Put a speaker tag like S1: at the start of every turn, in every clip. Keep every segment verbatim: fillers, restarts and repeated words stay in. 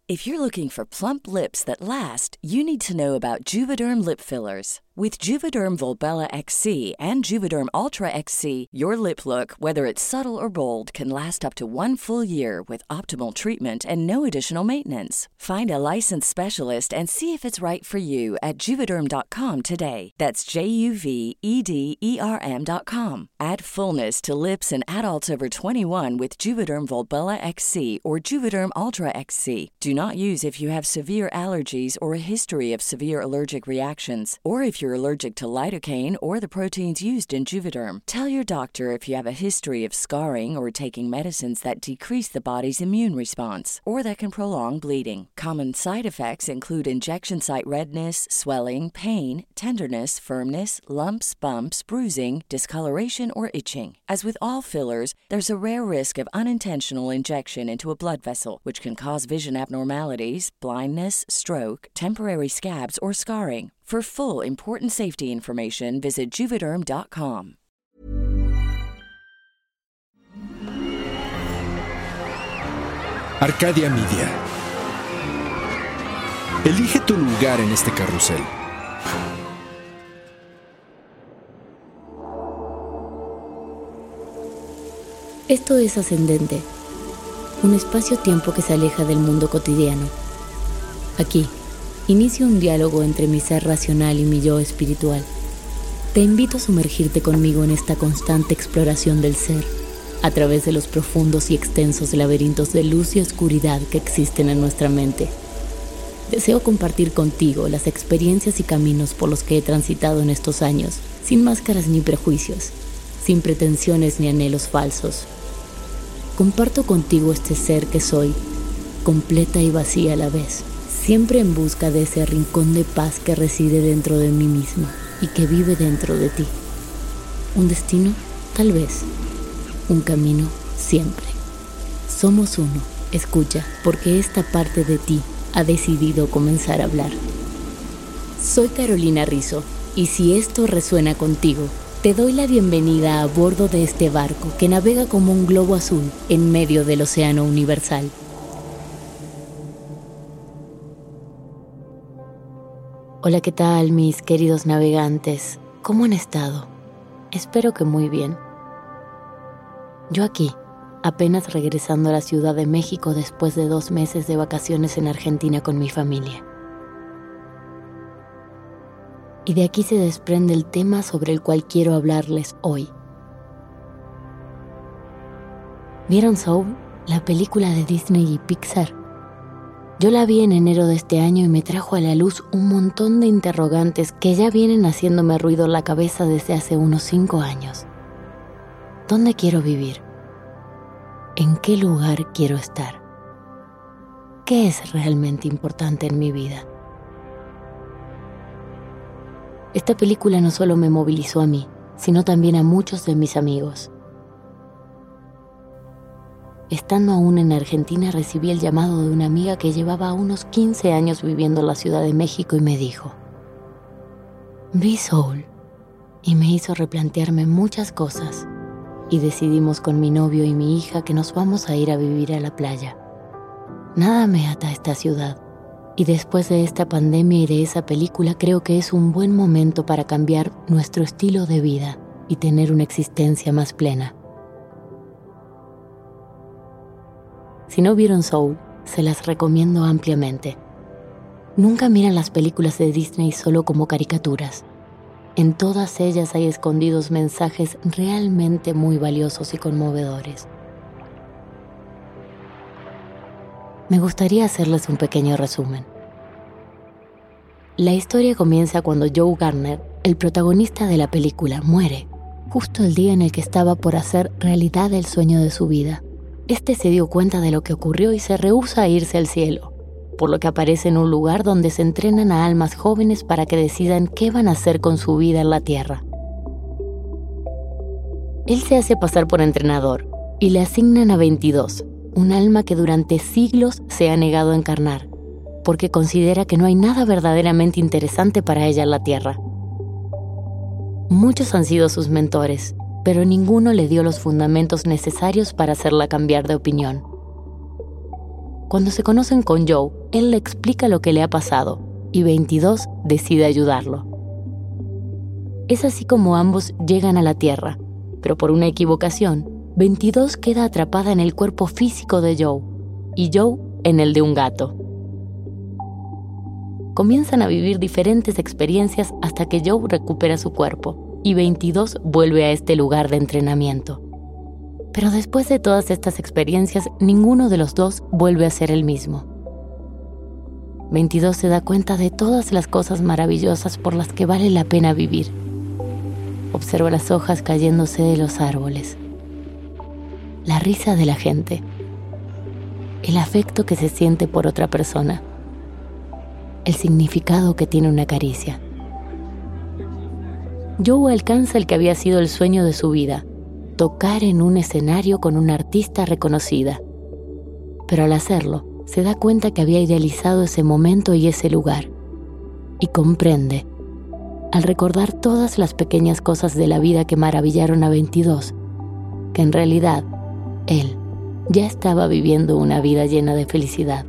S1: If you're looking for plump lips that last, you need to know about Juvederm lip fillers. With Juvederm Volbella X C and Juvederm Ultra X C, your lip look, whether it's subtle or bold, can last up to one full year with optimal treatment and no additional maintenance. Find a licensed specialist and see if it's right for you at Juvederm dot com today. That's J U V E D E R M dot com. Add fullness to lips in adults over twenty-one with Juvederm Volbella X C or Juvederm Ultra X C. Do not use if you have severe allergies or a history of severe allergic reactions, or if you're allergic to lidocaine or the proteins used in Juvederm. Tell your doctor if you have a history of scarring or taking medicines that decrease the body's immune response or that can prolong bleeding. Common side effects include injection site redness, swelling, pain, tenderness, firmness, lumps, bumps, bruising, discoloration, or itching. As with all fillers, there's a rare risk of unintentional injection into a blood vessel, which can cause vision abnormalities, blindness, stroke, temporary scabs, or scarring. For full, important safety information, visit Juvederm dot com.
S2: Arcadia Media. Elige tu lugar en este carrusel.
S3: Esto es Ascendente, un espacio-tiempo que se aleja del mundo cotidiano. Aquí, inicio un diálogo entre mi ser racional y mi yo espiritual. Te invito a sumergirte conmigo en esta constante exploración del ser, a través de los profundos y extensos laberintos de luz y oscuridad que existen en nuestra mente. Deseo compartir contigo las experiencias y caminos por los que he transitado en estos años, sin máscaras ni prejuicios, sin pretensiones ni anhelos falsos. Comparto contigo este ser que soy, completa y vacía a la vez, siempre en busca de ese rincón de paz que reside dentro de mí misma y que vive dentro de ti. Un destino, tal vez. Un camino, siempre. Somos uno. Escucha, porque esta parte de ti ha decidido comenzar a hablar. Soy Carolina Rizzo, y si esto resuena contigo, te doy la bienvenida a bordo de este barco que navega como un globo azul en medio del océano universal. Hola, ¿qué tal, mis queridos navegantes? ¿Cómo han estado? Espero que muy bien. Yo aquí, apenas regresando a la Ciudad de México después de dos meses de vacaciones en Argentina con mi familia. Y de aquí se desprende el tema sobre el cual quiero hablarles hoy. ¿Vieron Soul, la película de Disney y Pixar? Yo la vi en enero de este año y me trajo a la luz un montón de interrogantes que ya vienen haciéndome ruido en la cabeza desde hace unos cinco años. ¿Dónde quiero vivir? ¿En qué lugar quiero estar? ¿Qué es realmente importante en mi vida? Esta película no solo me movilizó a mí, sino también a muchos de mis amigos. Estando aún en Argentina, recibí el llamado de una amiga que llevaba unos quince años viviendo en la Ciudad de México y me dijo: vi Soul, y me hizo replantearme muchas cosas, y decidimos con mi novio y mi hija que nos vamos a ir a vivir a la playa. Nada me ata a esta ciudad. Y después de esta pandemia y de esa película, creo que es un buen momento para cambiar nuestro estilo de vida y tener una existencia más plena. Si no vieron Soul, se las recomiendo ampliamente. Nunca miren las películas de Disney solo como caricaturas. En todas ellas hay escondidos mensajes realmente muy valiosos y conmovedores. Me gustaría hacerles un pequeño resumen. La historia comienza cuando Joe Gardner, el protagonista de la película, muere, justo el día en el que estaba por hacer realidad el sueño de su vida. Este se dio cuenta de lo que ocurrió y se rehúsa a irse al cielo, por lo que aparece en un lugar donde se entrenan a almas jóvenes para que decidan qué van a hacer con su vida en la tierra. Él se hace pasar por entrenador y le asignan a veintidós, un alma que durante siglos se ha negado a encarnar, porque considera que no hay nada verdaderamente interesante para ella en la Tierra. Muchos han sido sus mentores, pero ninguno le dio los fundamentos necesarios para hacerla cambiar de opinión. Cuando se conocen con Joe, él le explica lo que le ha pasado y veintidós decide ayudarlo. Es así como ambos llegan a la Tierra, pero por una equivocación, veintidós queda atrapada en el cuerpo físico de Joe y Joe en el de un gato. Comienzan a vivir diferentes experiencias hasta que Joe recupera su cuerpo y veintidós vuelve a este lugar de entrenamiento. Pero después de todas estas experiencias, ninguno de los dos vuelve a ser el mismo. veintidós se da cuenta de todas las cosas maravillosas por las que vale la pena vivir. Observa las hojas cayéndose de los árboles, la risa de la gente, el afecto que se siente por otra persona, el significado que tiene una caricia. Joe alcanza el que había sido el sueño de su vida, tocar en un escenario con una artista reconocida. Pero al hacerlo, se da cuenta que había idealizado ese momento y ese lugar. Y comprende, al recordar todas las pequeñas cosas de la vida que maravillaron a veintidós, que en realidad, él ya estaba viviendo una vida llena de felicidad.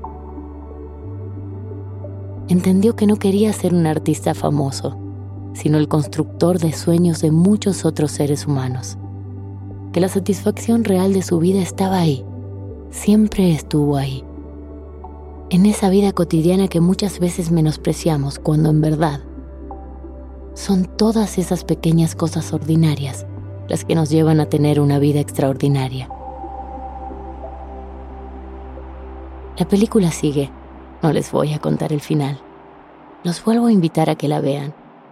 S3: Entendió que no quería ser un artista famoso, sino el constructor de sueños de muchos otros seres humanos. Que la satisfacción real de su vida estaba ahí, siempre estuvo ahí. En esa vida cotidiana que muchas veces menospreciamos cuando en verdad son todas esas pequeñas cosas ordinarias las que nos llevan a tener una vida extraordinaria. La película sigue. No les voy a contar el final. Los vuelvo a invitar a que la vean.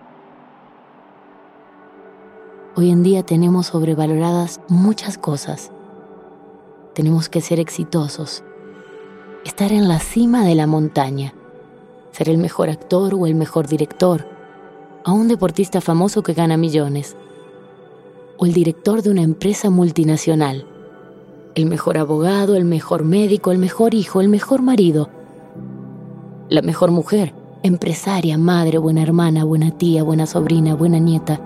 S3: Hoy en día tenemos sobrevaloradas muchas cosas. Tenemos que ser exitosos, estar en la cima de la montaña, ser el mejor actor o el mejor director, o un deportista famoso que gana millones, o el director de una empresa multinacional, el mejor abogado, el mejor médico, el mejor hijo, el mejor marido, la mejor mujer, empresaria, madre, buena hermana, buena tía, buena sobrina, buena nieta.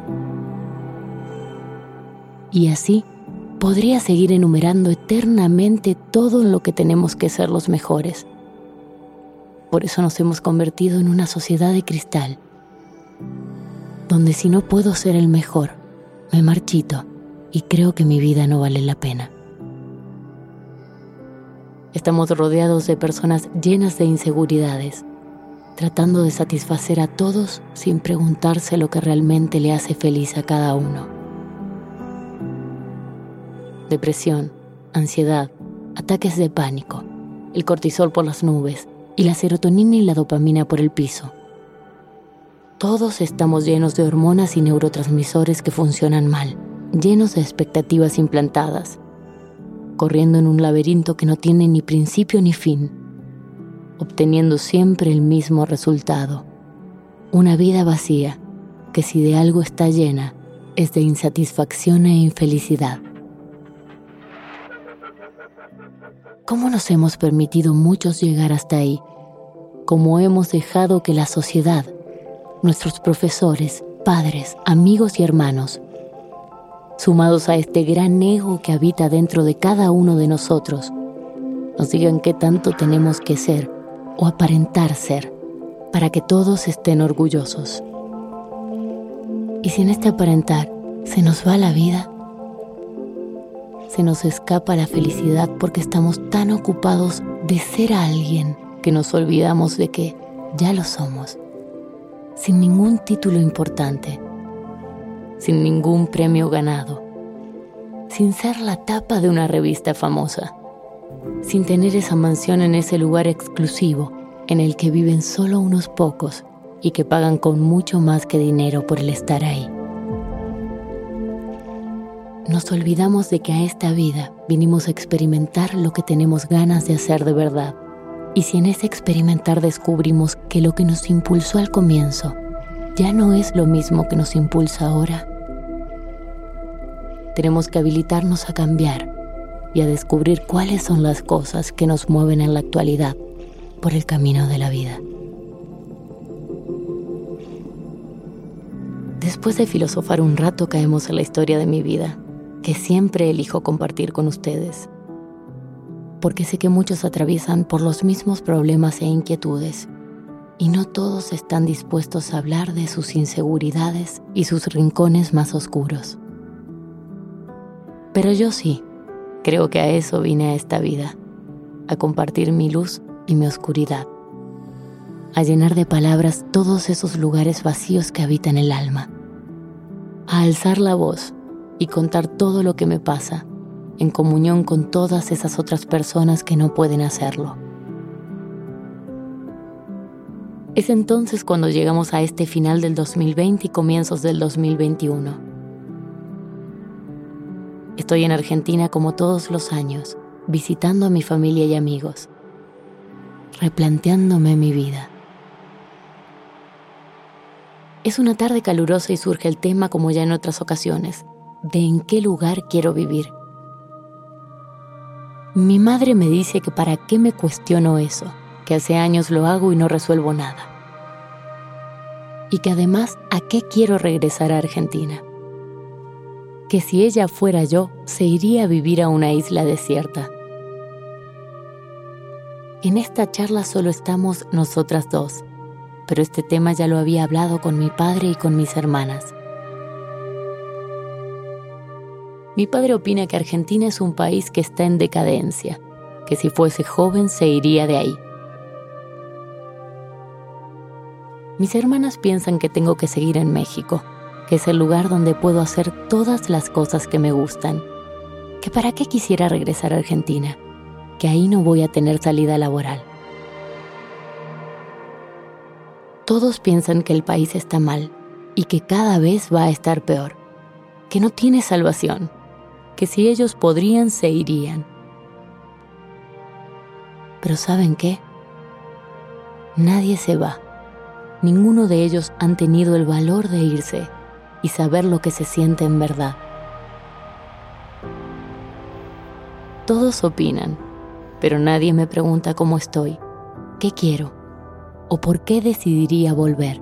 S3: Y así podría seguir enumerando eternamente todo en lo que tenemos que ser los mejores. Por eso nos hemos convertido en una sociedad de cristal, donde si no puedo ser el mejor, me marchito y creo que mi vida no vale la pena. Estamos rodeados de personas llenas de inseguridades, tratando de satisfacer a todos sin preguntarse lo que realmente le hace feliz a cada uno. Depresión, ansiedad, ataques de pánico, el cortisol por las nubes y la serotonina y la dopamina por el piso. Todos estamos llenos de hormonas y neurotransmisores que funcionan mal, llenos de expectativas implantadas, corriendo en un laberinto que no tiene ni principio ni fin, obteniendo siempre el mismo resultado, una vida vacía que si de algo está llena es de insatisfacción e infelicidad. ¿Cómo nos hemos permitido muchos llegar hasta ahí? ¿Cómo hemos dejado que la sociedad, nuestros profesores, padres, amigos y hermanos, sumados a este gran ego que habita dentro de cada uno de nosotros, nos digan qué tanto tenemos que ser o aparentar ser para que todos estén orgullosos? Y si en este aparentar se nos va la vida, se nos escapa la felicidad porque estamos tan ocupados de ser alguien que nos olvidamos de que ya lo somos, sin ningún título importante, sin ningún premio ganado, sin ser la tapa de una revista famosa, sin tener esa mansión en ese lugar exclusivo en el que viven solo unos pocos y que pagan con mucho más que dinero por el estar ahí. Nos olvidamos de que a esta vida vinimos a experimentar lo que tenemos ganas de hacer de verdad. Y si en ese experimentar descubrimos que lo que nos impulsó al comienzo ya no es lo mismo que nos impulsa ahora, tenemos que habilitarnos a cambiar y a descubrir cuáles son las cosas que nos mueven en la actualidad por el camino de la vida. Después de filosofar un rato, caemos en la historia de mi vida, que siempre elijo compartir con ustedes. porque sé que muchos atraviesan por los mismos problemas e inquietudes, y no todos están dispuestos a hablar de sus inseguridades y sus rincones más oscuros. Pero yo sí, creo que a eso vine a esta vida, a compartir mi luz y mi oscuridad, a llenar de palabras todos esos lugares vacíos que habitan el alma, a alzar la voz y contar todo lo que me pasa, en comunión con todas esas otras personas que no pueden hacerlo. Es entonces cuando llegamos a este final del dos mil veinte y comienzos del dos mil veintiuno. Estoy en Argentina como todos los años, visitando a mi familia y amigos, replanteándome mi vida. Es una tarde calurosa y surge el tema, como ya en otras ocasiones, de en qué lugar quiero vivir. Mi madre me dice que para qué me cuestiono eso, que hace años lo hago y no resuelvo nada. Y que además, ¿a qué quiero regresar a Argentina? Que si ella fuera yo, se iría a vivir a una isla desierta. En esta charla solo estamos nosotras dos, pero este tema ya lo había hablado con mi padre y con mis hermanas. Mi padre opina que Argentina es un país que está en decadencia, que si fuese joven se iría de ahí. Mis hermanas piensan que tengo que seguir en México, que es el lugar donde puedo hacer todas las cosas que me gustan, que para qué quisiera regresar a Argentina, que ahí no voy a tener salida laboral. Todos piensan que el país está mal y que cada vez va a estar peor, que no tiene salvación, que si ellos podrían, se irían. Pero ¿saben qué? Nadie se va. Ninguno de ellos han tenido el valor de irse y saber lo que se siente en verdad. Todos opinan, pero nadie me pregunta cómo estoy, qué quiero o por qué decidiría volver.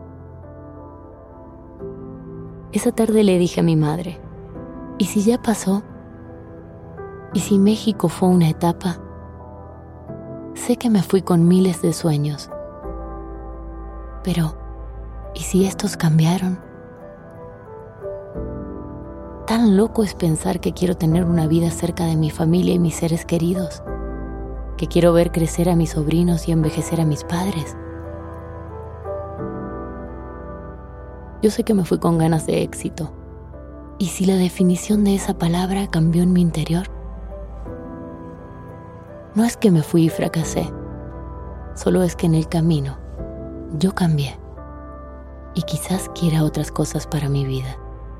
S3: Esa tarde le dije a mi madre, ¿y si ya pasó? ¿Y si México fue una etapa? Sé que me fui con miles de sueños, pero ¿y si estos cambiaron? Tan loco es pensar que quiero tener una vida cerca de mi familia y mis seres queridos, que quiero ver crecer a mis sobrinos y envejecer a mis padres. Yo sé que me fui con ganas de éxito. ¿Y si la definición de esa palabra cambió en mi interior? No es que me fui y fracasé, solo es que en el camino yo cambié y quizás quiera otras cosas para mi vida.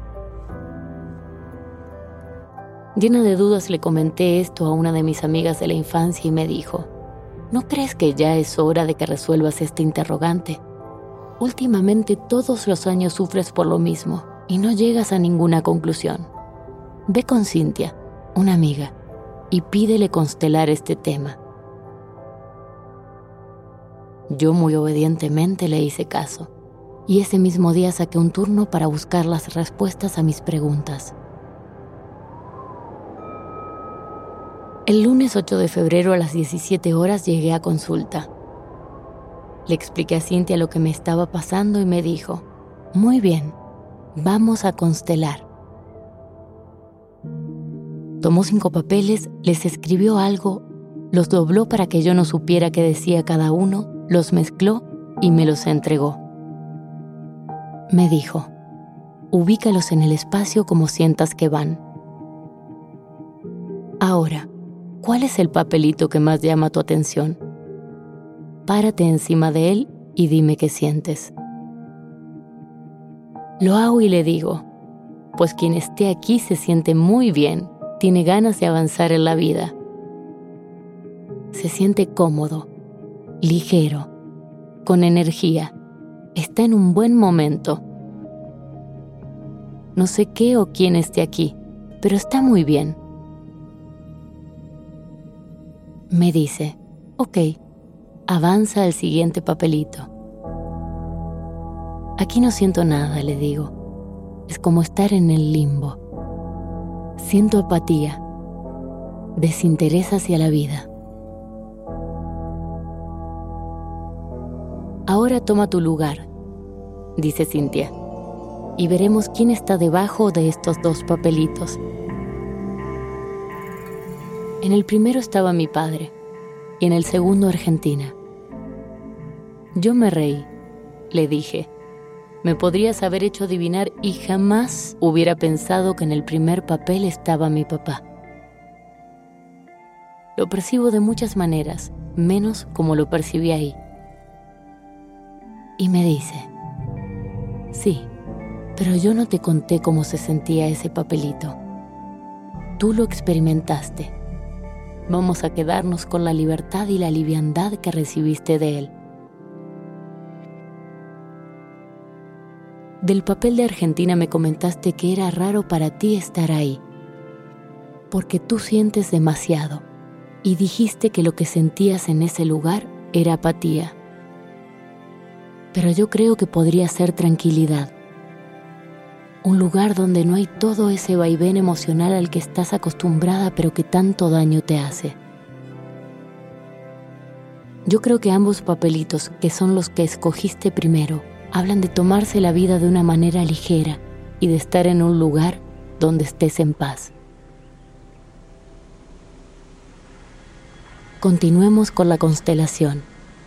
S3: Llena de dudas le comenté esto a una de mis amigas de la infancia y me dijo, ¿no crees que ya es hora de que resuelvas este interrogante? Últimamente todos los años sufres por lo mismo y no llegas a ninguna conclusión. Ve con Cintia, una amiga, y pídele constelar este tema. Yo muy obedientemente le hice caso, y ese mismo día saqué un turno para buscar las respuestas a mis preguntas. El lunes ocho de febrero a las diecisiete horas llegué a consulta. Le expliqué a Cintia lo que me estaba pasando y me dijo, muy bien, vamos a constelar. Tomó cinco papeles, les escribió algo, los dobló para que yo no supiera qué decía cada uno, los mezcló y me los entregó. Me dijo, ubícalos en el espacio como sientas que van. Ahora, ¿cuál es el papelito que más llama tu atención? Párate encima de él y dime qué sientes. Lo hago y le digo, pues quien esté aquí se siente muy bien, tiene ganas de avanzar en la vida. Se siente cómodo, ligero, con energía, está en un buen momento. No sé qué o quién esté aquí, pero está muy bien. Me dice, ok, avanza al siguiente papelito. Aquí no siento nada, le digo. Es como estar en el limbo. Siento apatía. desinterés hacia la vida. Ahora toma tu lugar, dice Cynthia, y veremos quién está debajo de estos dos papelitos. En el primero estaba mi padre y en el segundo Argentina. Yo me reí, le dije. Me podrías haber hecho adivinar y jamás hubiera pensado que en el primer papel estaba mi papá. Lo percibo de muchas maneras, menos como lo percibí ahí. Y me dice, sí, pero yo no te conté cómo se sentía ese papelito. Tú lo experimentaste. Vamos a quedarnos con la libertad y la liviandad que recibiste de él. Del papel de Argentina me comentaste que era raro para ti estar ahí, porque tú sientes demasiado, y dijiste que lo que sentías en ese lugar era apatía. Pero yo creo que podría ser tranquilidad, un lugar donde no hay todo ese vaivén emocional al que estás acostumbrada pero que tanto daño te hace. Yo creo que ambos papelitos, que son los que escogiste primero, hablan de tomarse la vida de una manera ligera y de estar en un lugar donde estés en paz. Continuemos con la constelación.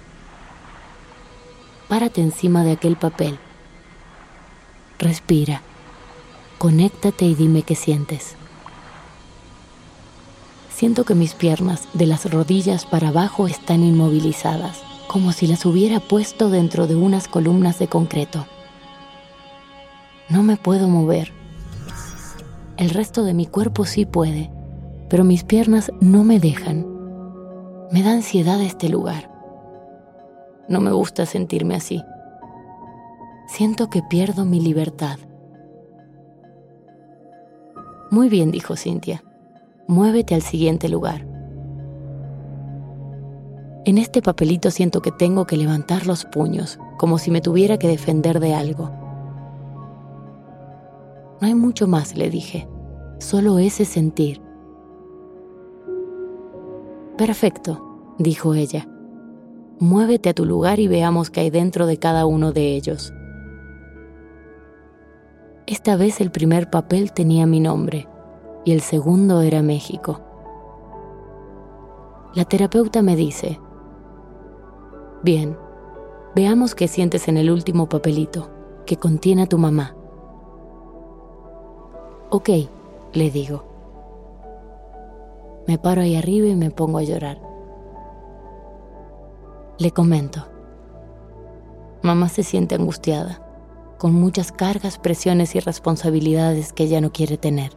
S3: Párate encima de aquel papel. Respira. Conéctate y dime qué sientes. Siento que mis piernas, de las rodillas para abajo, están inmovilizadas, como si las hubiera puesto dentro de unas columnas de concreto. No me puedo mover. El resto de mi cuerpo sí puede, pero mis piernas no me dejan. Me da ansiedad este lugar. No me gusta sentirme así. Siento que pierdo mi libertad. Muy bien, dijo Cynthia. Muévete al siguiente lugar. En este papelito siento que tengo que levantar los puños, como si me tuviera que defender de algo. No hay mucho más, le dije. Solo ese sentir. Perfecto, dijo ella. Muévete a tu lugar y veamos qué hay dentro de cada uno de ellos. Esta vez el primer papel tenía mi nombre y el segundo era México. La terapeuta me dice, bien, veamos qué sientes en el último papelito, que contiene a tu mamá. Ok, le digo. Me paro ahí arriba y me pongo a llorar. Le comento. Mamá se siente angustiada, con muchas cargas, presiones y responsabilidades que ella no quiere tener.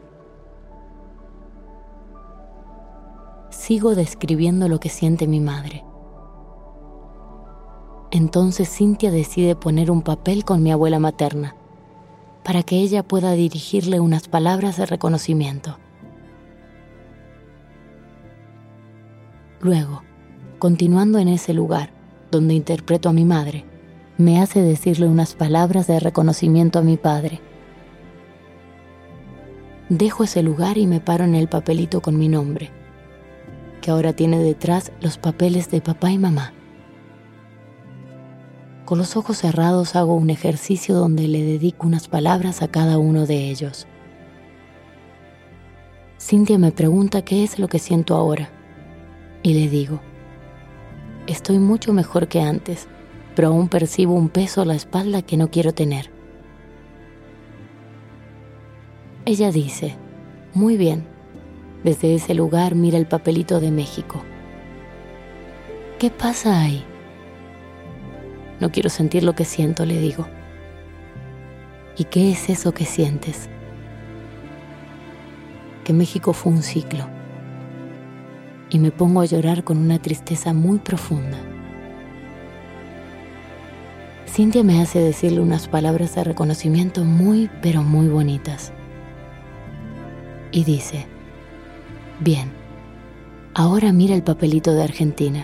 S3: Sigo describiendo lo que siente mi madre. Entonces Cynthia decide poner un papel con mi abuela materna, para que ella pueda dirigirle unas palabras de reconocimiento. Luego, continuando en ese lugar donde interpreto a mi madre, me hace decirle unas palabras de reconocimiento a mi padre. Dejo ese lugar y me paro en el papelito con mi nombre, que ahora tiene detrás los papeles de papá y mamá. Con los ojos cerrados hago un ejercicio donde le dedico unas palabras a cada uno de ellos. Cynthia me pregunta qué es lo que siento ahora, y le digo, estoy mucho mejor que antes, pero aún percibo un peso a la espalda que no quiero tener. Ella dice, muy bien, desde ese lugar mira el papelito de México. ¿Qué pasa ahí? No quiero sentir lo que siento, le digo. ¿Y qué es eso que sientes? Que México fue un ciclo. Y me pongo a llorar con una tristeza muy profunda. Cynthia me hace decirle unas palabras de reconocimiento muy, pero muy bonitas. Y dice, bien, ahora mira el papelito de Argentina.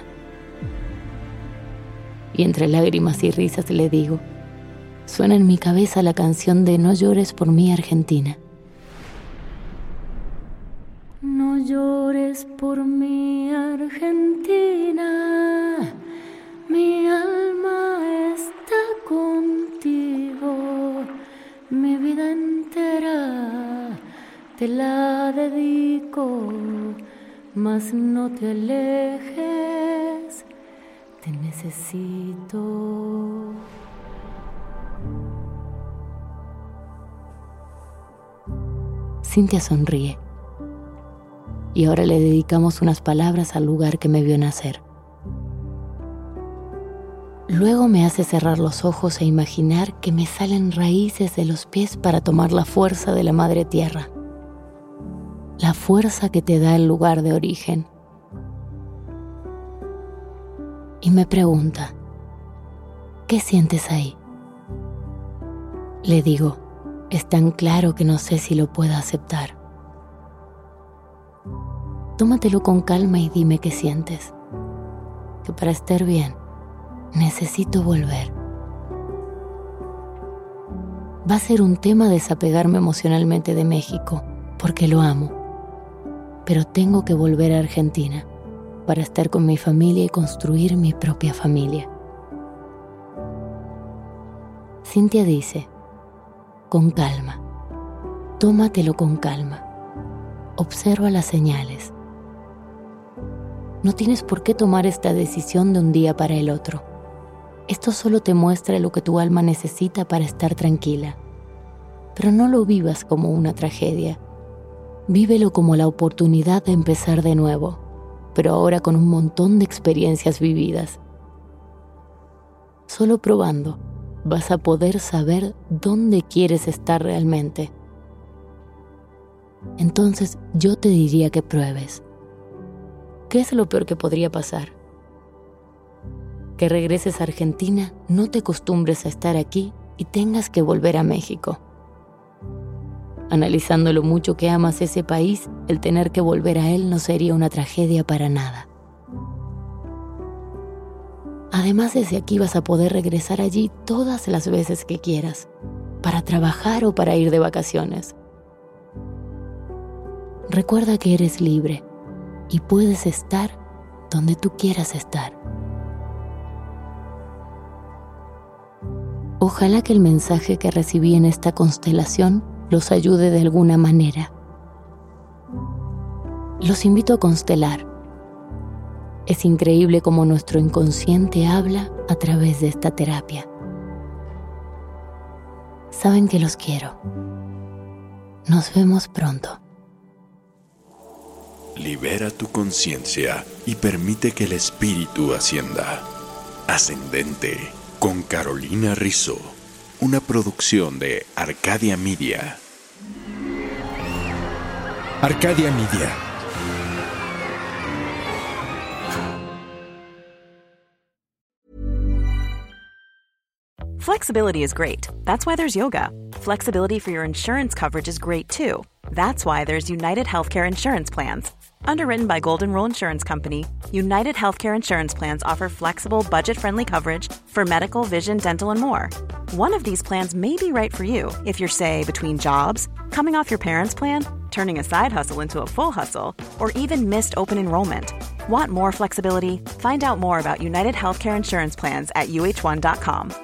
S3: Y entre lágrimas y risas le digo, suena en mi cabeza la canción de No llores por mí, Argentina. No llores por mi Argentina, mi alma está contigo, mi vida entera te la dedico, mas no te alejes, te necesito. Cintia sonríe. Y ahora le dedicamos unas palabras al lugar que me vio nacer. Luego me hace cerrar los ojos e imaginar que me salen raíces de los pies para tomar la fuerza de la madre tierra. La fuerza que te da el lugar de origen. Y me pregunta, ¿qué sientes ahí? Le digo, es tan claro que no sé si lo pueda aceptar. Tómatelo con calma y dime qué sientes. Que para estar bien, necesito volver. Va a ser un tema desapegarme emocionalmente de México, porque lo amo. Pero tengo que volver a Argentina para estar con mi familia y construir mi propia familia. Cintia dice, con calma, tómatelo con calma, observa las señales. No tienes por qué tomar esta decisión de un día para el otro. Esto solo te muestra lo que tu alma necesita para estar tranquila. Pero no lo vivas como una tragedia. Vívelo como la oportunidad de empezar de nuevo, pero ahora con un montón de experiencias vividas. Solo probando vas a poder saber dónde quieres estar realmente. Entonces yo te diría que pruebes. ¿Qué es lo peor que podría pasar? Que regreses a Argentina, no te acostumbres a estar aquí y tengas que volver a México. Analizando lo mucho que amas ese país, el tener que volver a él no sería una tragedia para nada. Además, desde aquí vas a poder regresar allí todas las veces que quieras, para trabajar o para ir de vacaciones. Recuerda que eres libre y puedes estar donde tú quieras estar. Ojalá que el mensaje que recibí en esta constelación los ayude de alguna manera. Los invito a constelar. Es increíble cómo nuestro inconsciente habla a través de esta terapia. Saben que los quiero. Nos vemos pronto.
S2: Libera tu conciencia y permite que el espíritu ascienda. Ascendente, con Carolina Rizzo. Una producción de Arcadia Media. Arcadia Media.
S4: Flexibility is great. That's why there's yoga. Flexibility for your insurance coverage is great too. That's why there's United Healthcare Insurance Plans. Underwritten by Golden Rule Insurance Company, United Healthcare Insurance Plans offer flexible, budget-friendly coverage for medical, vision, dental, and more. One of these plans may be right for you if you're, say, between jobs, coming off your parents' plan, turning a side hustle into a full hustle, or even missed open enrollment. Want more flexibility? Find out more about United Healthcare Insurance Plans at U H one dot com.